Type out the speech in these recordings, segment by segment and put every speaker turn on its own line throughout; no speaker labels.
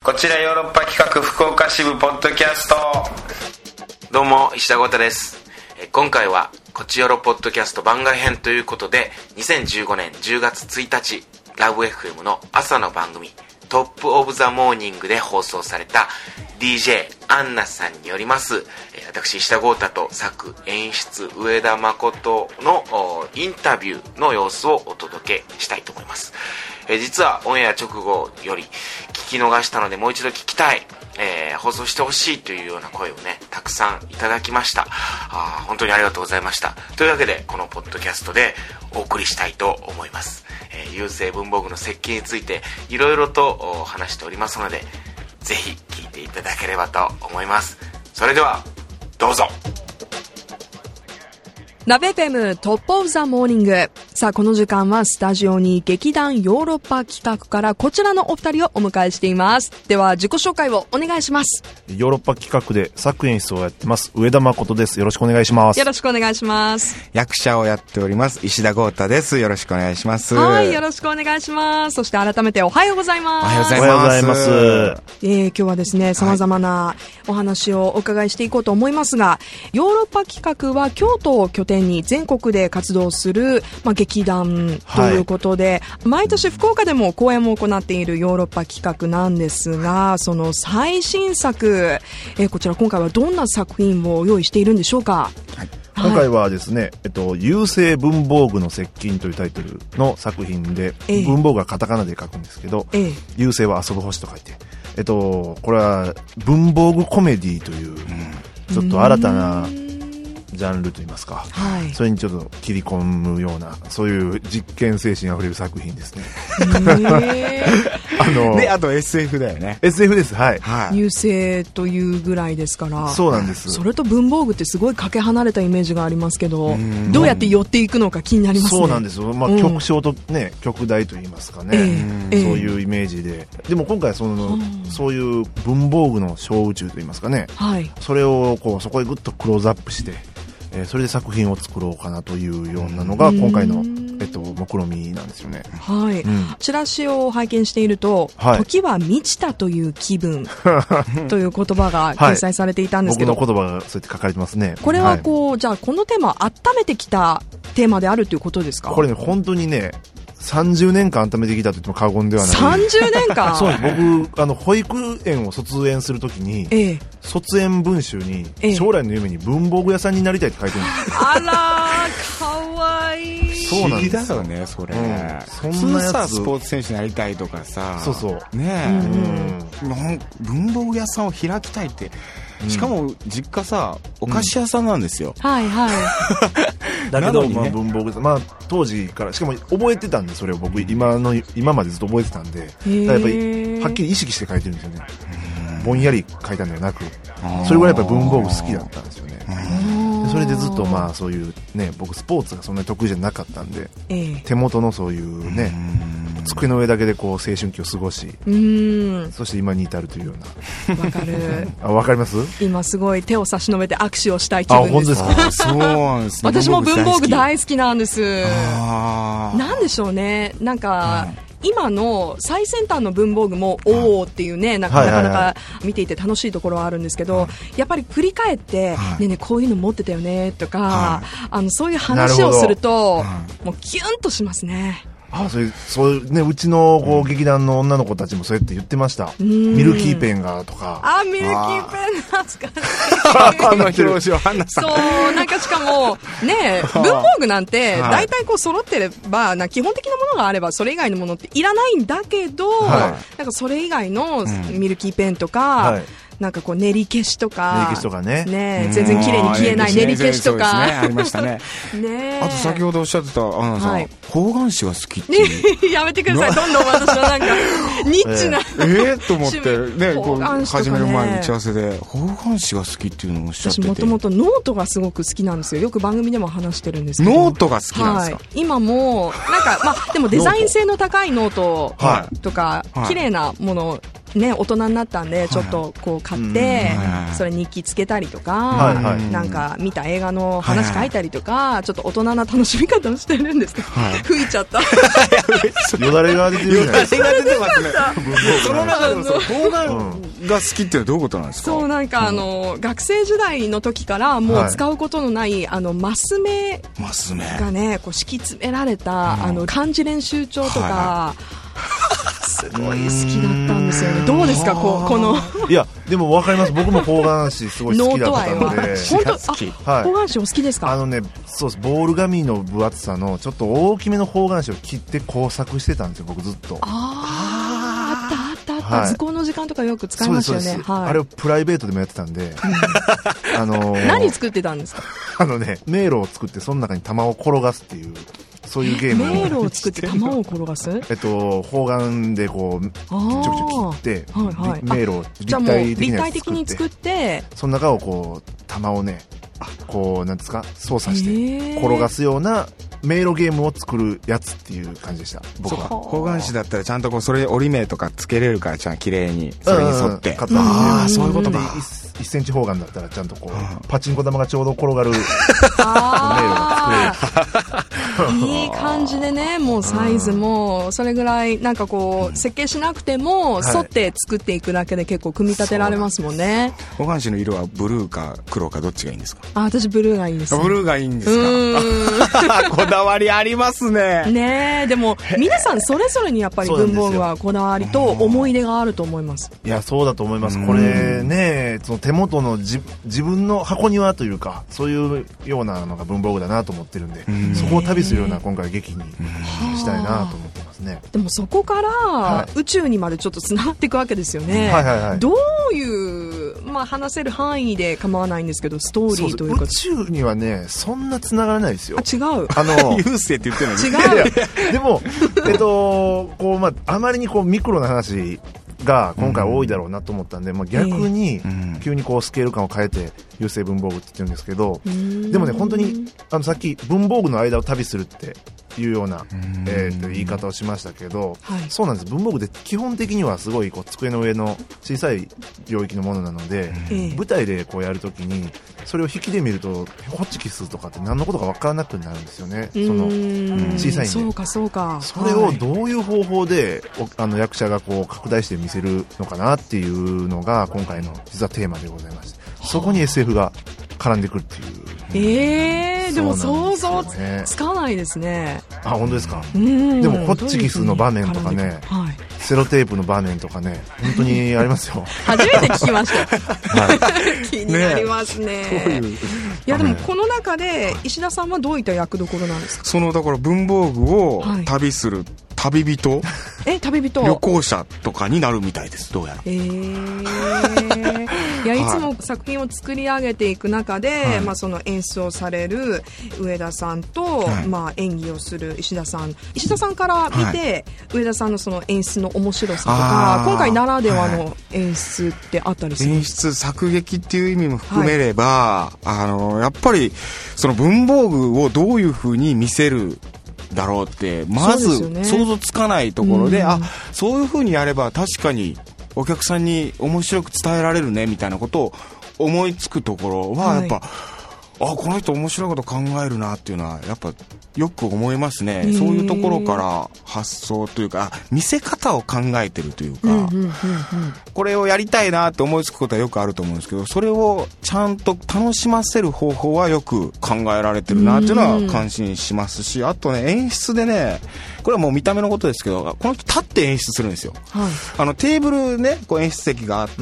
こちらヨーロッパ企画福岡支部ポッドキャスト。
どうも石田豪太です。今回はこちよろポッドキャスト番外編ということで、2015年10月1日ラブ FM の朝の番組トップオブザモーニングで放送された DJ アンナさんによります私石田豪太と作演出上田誠のインタビューの様子をお届けしたいと思います。実はオンエア直後より聞き逃したのでもう一度聞きたい、放送してほしいというような声をねたくさんいただきました。本当にありがとうございました。というわけでこのポッドキャストでお送りしたいと思います。郵政文房具の設計についていろいろと話しておりますので、ぜひ聞いていただければと思います。それではどうぞ。
ラブ FM トップオブザモーニング。さあこの時間はスタジオに劇団ヨーロッパ企画からこちらのお二人をお迎えしています。では自己紹介をお願いします。
ヨーロッパ企画で作演出をやってます上田誠です。よろしくお願いします。
よろしくお願いします。
役者をやっております石田豪太です。よろしくお願いします。
はい、よろしくお願いします。そして改めておはようございます。
おはようございます。
今日はですね様々なお話をお伺いしていこうと思いますが、ヨーロッパ企画は京都を拠点に全国で活動する、劇団ということで、毎年福岡でも公演も行っているヨーロッパ企画なんですが、その最新作、こちら今回はどんな作品を用意しているんでしょうか。
今回はですね、郵政文房具の接近というタイトルの作品で、文房具はカタカナで書くんですけど、郵政は遊ぶ星と書いて、これは文房具コメディという、ちょっと新たなジャンルといいますか、それにちょっと切り込むような、そういう実験精神あふれる作品ですね。
で、あと SF だよね。
SF です。はい、
郵政というぐらいですから。
そうなんです。
それと文房具ってすごいかけ離れたイメージがありますけど、どうやって寄っていくのか気になりますね。
そうなんですよ、曲小とね曲大といいますかね、そういうイメージで。でも今回そういう文房具の小宇宙といいますかね、それをそこへグッとクローズアップして、それで作品を作ろうかなというようなのが今回の、目論みなんですよね。
チラシを拝見していると、時は満ちたという気分という言葉が掲載されていたんですけど、
僕の言葉がそうやって書かれてますね。
これはじゃあこのテーマは温めてきたテーマであるということですか。
これね本当にね30年間温めてきたと言っても過言ではない。
30年間
そうです。僕保育園を卒園するときに、卒園文集に、将来の夢に文房具屋さんになりたいって書いてるんですよ。
あらかわいい。
そうなんですよねそれ、そんなやつさ、スポーツ選手になりたいとかさ、
そう
ねえ、文房具屋さんを開きたいって、しかも実家さお菓子屋さんなんですよ。
だけど、文房具、当時からしかも覚えてたんで、それを僕今までずっと覚えてたんで、やっぱりはっきり意識して書いてるんですよね。ぼんやり書いたんではなく、それぐらいやっぱり文房具好きだったんですよね。でそれでずっとそういうね、僕スポーツがそんなに得意じゃなかったんで、手元のそういうね机の上だけで青春期を過ごし、そして今に至るというような。わかる。わかります？
今すごい手を差し伸べて握手をしたい気分です。
本当ですか？
そうなんですね。
私も文房具大好きなんです。なんでしょうね、なんか、今の最先端の文房具もおーっていうね、なかなか見ていて楽しいところはあるんですけど、やっぱり振り返って、ねえねえこういうの持ってたよねとか、そういう話をするともうキュンとしますね。
そうね、うちの劇団の女の子たちもそうやって言ってました。ミルキーペンがとか。
ミルキーペン懐かしい。
あの表紙をハンナさん。
そう、なんかしかもね、文房具なんて大体揃ってれば基本的なものがあればそれ以外のものっていらないんだけど、なんかそれ以外のミルキーペンとか。なんか練り消しとか
ね、
全然綺麗に消えない練り消しとか、
ありましたね。あと先ほどおっしゃってたアンナさん、方眼紙が好きっていう。
やめてください。どんどん私はなんかニッチな
と思ってね、始める前に打ち合わせで方眼紙が好きっていうのをおっしゃってて、
私もともとノートがすごく好きなんですよ。よく番組でも話してるんですけど。
ノートが好きなんですか？
今もなんかでもデザイン性の高いノートとか綺麗なものね、大人になったんで、ちょっとこう買って、それ日記つけたりとか、なんか見た映画の話書いたりとか、ちょっと大人な楽しみ方をしてるんですけど、吹いちゃった。
よだれが出てるじゃないですか。
よだれが出てますね。その中でも方眼が好きっていうのはどういうことなんですか？
そう、なんか学生時代の時からもう使うことのないマス目がね、こう敷き詰められた漢字練習帳とか、すごい好きだったんですよね。どうですか、この。
いや、でも分かります。僕も方眼紙すごい好きだったので。
本当、方眼紙お好きですか？
そうです。ボール紙の分厚さのちょっと大きめの方眼紙を切って工作してたんですよ、僕ずっと。
あった図工の時間とかよく使いましたよね。
あれをプライベートでもやってたんで。
何作ってたんですか？
迷路を作ってその中に玉を転がすっていう。そういうゲームを。
迷路を作って玉を転がす？
方眼でこうちょくちょく切って、迷路を立体的に作って、その中をこう玉をね、こうなんですか、操作して転がすような迷路ゲームを作るやつっていう感じでした。僕は。
方眼紙だったらちゃんとこうそれ折り目とかつけれるから、ちゃんと綺麗にそれに沿って。そういうことか。
1センチ方眼だったらちゃんとこうパチンコ玉がちょうど転がる迷路が作れる。
いい感じでね、もうサイズもそれぐらいなんかこう設計しなくても沿って作っていくだけで結構組み立てられますもんね。
方眼紙の色はブルーか黒かどっちがいいんですか？
私ブルーがいいんです。
ブルーがいいんですか？こだわりありますね。
ねえ、でも皆さんそれぞれにやっぱり文房具はこだわりと思い出があると思います。
いや、そうだと思います。これね、その手元の自分の箱庭というか、そういうようなのが文房具だなと思ってるんで、そこを旅するような今回劇にしたいなと思ってますね。
でもそこから宇宙にまでちょっとつながっていくわけですよね。どういう、話せる範囲で構わないんですけど、ストーリーというか。
宇宙にはね、そんなつながらないですよ。
違う。
優勢って言ってるのに。
違う。
でも、こう、あまりにこうミクロな話が今回多いだろうなと思ったんで、逆に急にこうスケール感を変えて優勢文房具って言ってるんですけど、でもね、本当にさっき文房具の間を旅するっていうような言い方をしましたけど、そうなんです。文房具って基本的にはすごいこう机の上の小さい領域のものなので、舞台でこうやるときにそれを引きで見るとホチキスとかって何のことか分からなくなるんですよね。その小さいんで、
そうか。
それをどういう方法で役者がこう拡大して見せるのかなっていうのが今回の実はテーマでございまして、そこに SF が絡んでくるっていう。
でも想像つかないですね。
本当ですか？でもホチキスの場面とかね、セロテープの場面とかね、本当にありますよ。
初めて聞きました。気になりますね。いや、でもこの中で石田さんはどういった役どころなんですか？
だから文房具を旅する旅人、旅行者とかになるみたいです。どうやら。
いや、いつも作品を作り上げていく中で、その演出をされる上田さんと、演技をする石田さんから見て、上田さんのその演出の面白さとか、今回ならではの演出ってあったりするんですか？
演出、作劇っていう意味も含めれば、やっぱりその文房具をどういう風に見せるだろうってまず想像つかないところで、そういう風にやれば確かにお客さんに面白く伝えられるねみたいなことを思いつくところはやっぱ、この人面白いこと考えるなっていうのはやっぱよく思いますね。そういうところから発想というか見せ方を考えてるというか、これをやりたいなって思いつくことはよくあると思うんですけど、それをちゃんと楽しませる方法はよく考えられてるなっていうのは感心しますし、あとね、演出でね、これはもう見た目のことですけど、この人立って演出するんですよ。テーブルね、こう演出席があって、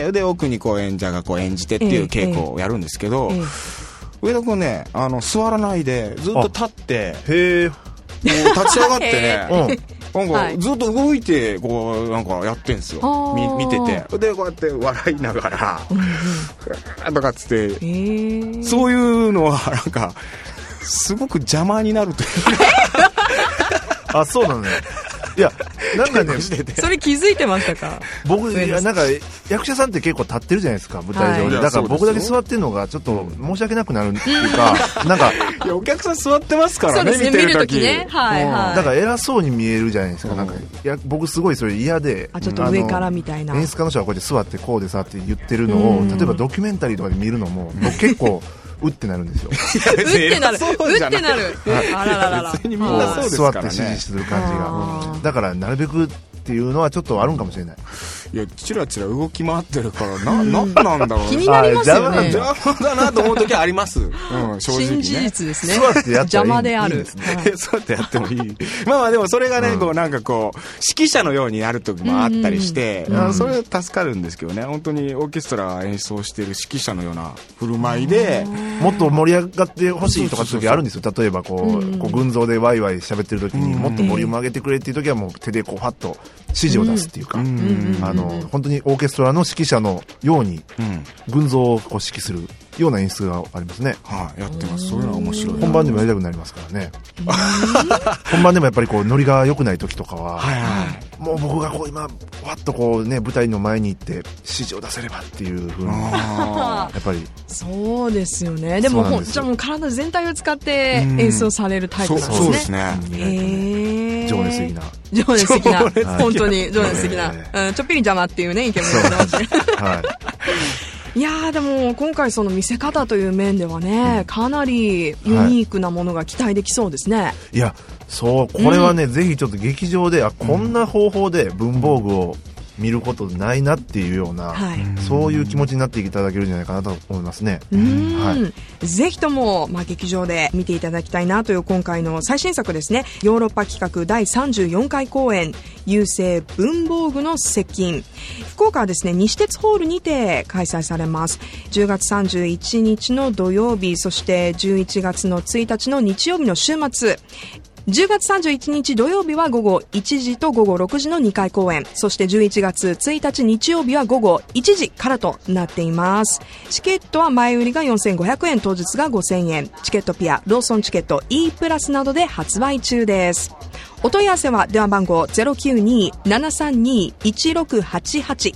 で奥にこう演者がこう演じてっていう稽古をやるんですけど、上田君ね、座らないでずっと立って立ち上がってねなんかずっと動いてこうなんかやってんですよ。見てて、でこうやって笑いながらとかっつって、そういうのはなんかすごく邪魔になるという
かそうなのね。いや、なんかね、
それ気づいてましたか？
僕、なんか役者さんって結構立ってるじゃないですか、舞台上で、だから僕だけ座ってるのがちょっと申し訳なくなるっていうか、なんか
いやお客さん座ってますからね、
そうですね、見るときね、はいはい、
だから偉そうに見えるじゃないですか、なんか僕すごいそれ嫌で、
ちょっと上からみたいな、
演出家の人がこうやって座ってこうでさって言ってるのを、例えばドキュメンタリーとかで見るのも僕結構うってなるんですよ。
うってなる、うってなる、あらららら、
別にみんなそうですからね、
座って指示する感じが、だからなるべくっていうのはちょっとあるんかもしれない。
いやチラチラ動き回ってるからなんなんだろう、
気になりますよね。
邪魔だなと思う時あります、正直ね。
新事実ですね。
座ってやったらいい
邪魔である。
座ってやってもいい。まあでもそれがね、こうなんかこう指揮者のようになる時もあったりして、それ助かるんですけどね。本当にオーケストラ演奏している指揮者のような振る舞いで、
もっと盛り上がってほしいとかって時あるんですよ。例えばこう群像でワイワイ喋ってる時にもっとボリューム上げてくれっていう時はもう手でこうファッと指示を出すっていうか、本当にオーケストラの指揮者のように群像をこう指揮するような演出がありますね。
はい、やってます。そういうのは面白い。
本番でもやりたくなりますからね。本番でもやっぱりこうノリが良くない時とかは、もう僕がこう今わっとこうね舞台の前に行って指示を出せればっていう風にやっぱり
そうですよね。でもじゃあもう体全体を使って演奏されるタイプなんですね。
そうですね。
情熱的な
情熱的な本当に情熱的な、ちょっぴり邪魔っていうね意見も言ってましたね。いやーでも今回その見せ方という面ではね、かなりユニークなものが期待できそうですね。
いやそうこれはね、ぜひちょっと劇場でこんな方法で文房具を見ることないなっていうような、そういう気持ちになっていただけるんじゃないかなと思いますね。
ぜひとも、劇場で見ていただきたいなという今回の最新作ですね。ヨーロッパ企画第34回公演郵政文房具の接近、福岡はですね西鉄ホールにて開催されます。10月31日の土曜日、そして11月の1日の日曜日の週末、10月31日土曜日は午後1時と午後6時の2回公演、そして11月1日日曜日は午後1時からとなっています。チケットは前売りが4500円、当日が5000円、チケットピア、ローソンチケット E プラスなどで発売中です。お問い合わせは電話番号 092-732-1688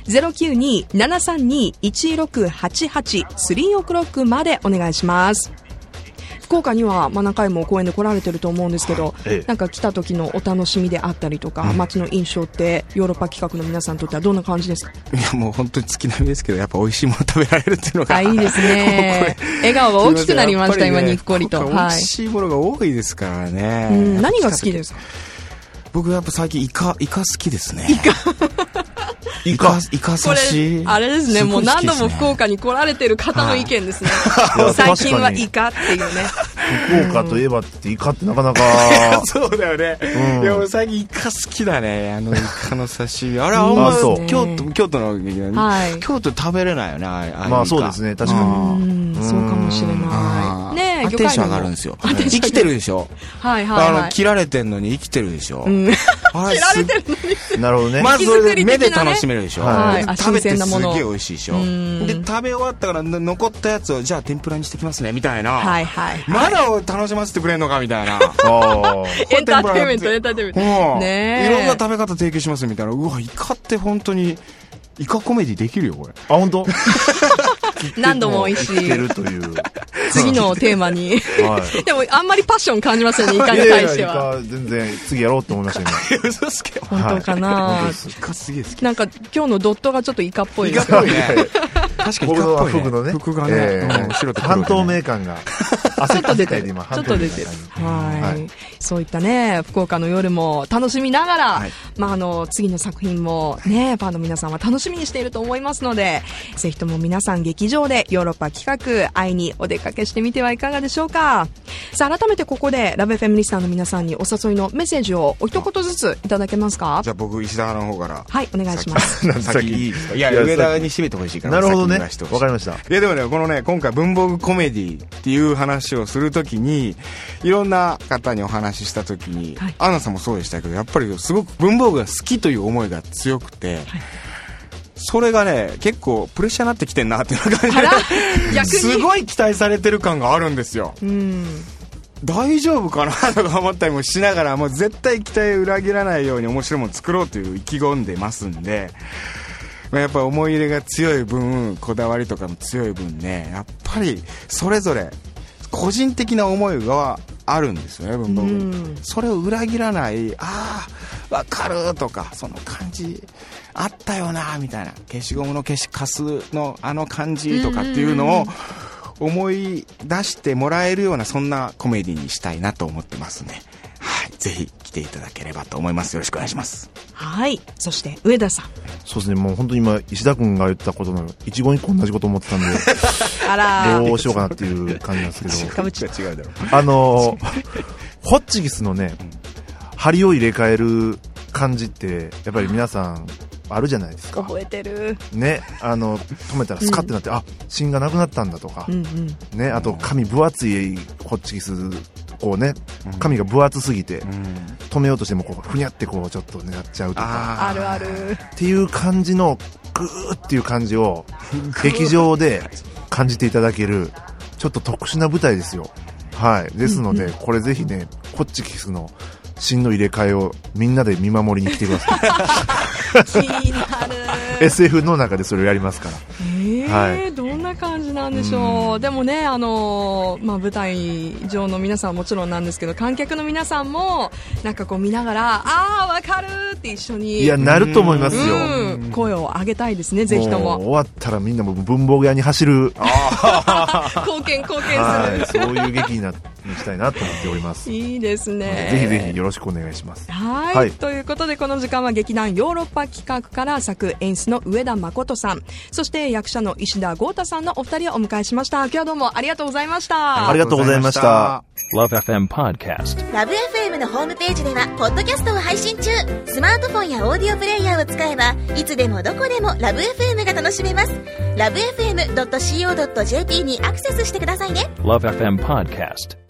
092-732-1688 3オクロックまでお願いします。福岡には何回も公演で来られてると思うんですけど、なんか来た時のお楽しみであったりとか、街の印象ってヨーロッパ企画の皆さんにとってはどんな感じですか？
いやもう本当に月並みですけど、やっぱ美味しいもの食べられるっていうのが
いいですね。笑顔が大きくなりました、今にっこりと。
美味しいものが多いですからね。
何が好きですか？
僕やっぱ最近イカ好きですね。
イカ
刺し。
あれですね、もう何度も福岡に来られてる方の意見ですね。最近はイカっていうね。
福岡といえばってイカってなかなか。
そうだよね。いや、俺最近イカ好きだね。イカの刺身。あれ、京都の京都食べれないよね、
まあそうですね、確かに。
そうかもしれない。ね
え、テンション上がるんですよ。生きてるでしょ。切られてんのに生きてるでしょ。切
られてるのに。
なるほどね。
まずそれで目で楽しめるでしょ。食べてすげえ美味しいでしょ。で食べ終わったから残ったやつをじゃあ天ぷらにしてきますねみたいな。まだ楽しませてくれんのかみたいな。
エンターテインメント。
ねえ。いろんな食べ方提供しますみたいな。うわ、イカって本当にイカコメディできるよこれ。
あ、本当？
何度も美味しい。次のテーマに。でもあんまりパッション感じますよね、イカに対しては。
全然次やろうと思いましたね。
嘘つけ。
本当かな。
イカすげえ好き。
なんか今日のドットがちょっとイカっぽいです。
イカっぽいね。確かにイカっぽいね。
服のね。
服がね。白と黒。
半透明感が。
ちょっと出てる。ちょっと出てる。はい。そういったね、福岡の夜も楽しみながら、次の作品もね、ファンの皆さんは楽しみにしていると思いますので、ぜひとも皆さん劇場でヨーロッパ企画会いにお出かけしてみてはいかがでしょうか。さあ改めてここでラブ FM リスナーの皆さんにお誘いのメッセージをお一言ずついただけますか？
じゃあ僕石田の方から。
はい、お願いします。
先いいですか？いや、上田に締めてほしいから。
なるほどね。わかりました。
いやでもね、このね、今回文房具コメディっていう話をするときに、いろんな方にお話ししたときに、アンナさんもそうでしたけど、やっぱりすごく文房具が好きという思いが強くて、それがね、結構プレッシャーになってきてんなっていう感じで、すごい期待されてる感があるんですよ。大丈夫かなとか思ったりもしながら、もう絶対期待を裏切らないように面白いものを作ろうという意気込んでますんで、 やっぱ思い入れが強い分、こだわりとかも強い分ね、やっぱりそれぞれ個人的な思いがあるんですよね、文房具。それを裏切らない、ああわかるとか、その感じあったよなみたいな、消しゴムの消しカスのあの感じとかっていうのを思い出してもらえるような、そんなコメディにしたいなと思ってますね。はい、ぜひ来ていただければと思います。よろしくお願いします。
はい。そして上田さん。
そうですね、もう本当に今石田君が言ったことの一言一個同じこと思ってたんで
あら
どうしようかなっていう感じなんですけど
かぶちが違うだろ
ホッチキスのね、針を入れ替える感じってやっぱり皆さんあるじゃないですか。
覚えてる
ね、止めたらスカってなって、あ、芯がなくなったんだとか、ね、あと紙分厚いホッチキス、こうね、紙が分厚すぎて、止めようとしてもこうふにゃってこうちょっとね、やっちゃうとか、
あるある
っていう感じのグーっていう感じを劇場で感じていただけるちょっと特殊な舞台ですよ。はい。ですので、これぜひね、ホッチキスの芯の入れ替えをみんなで見守りに来てください。
気になる。
SF の中でそれをやりますから。はい、
どんな感じなんでしょう。でもね、舞台上の皆さんはもちろんなんですけど、観客の皆さんもなんかこう見ながら、あーわかるって一緒に、
いや、なると思いますよ。
声を上げたいですね、ぜひとも。
終わったらみんなも文房具屋に走る。
貢献する、
はい、そういう劇にしたいなと思っております。
いいですね。
ぜひぜひよろしくお願いします。
はい、ということでこの時間は劇団ヨーロッパ企画から作演出の上田誠さん、そして役者の石田豪太さんのお二人をお迎えしました。今日はどうもありがとうございました。
ありがとうございました。
LoveFM Podcast。
LoveFM のホームページではポッドキャストを配信中。スマートフォンやオーディオプレイヤーを使えばいつでもどこでも LoveFM が楽しめます。LoveFM.co.jp にアクセスしてくださいね。
LoveFM Podcast。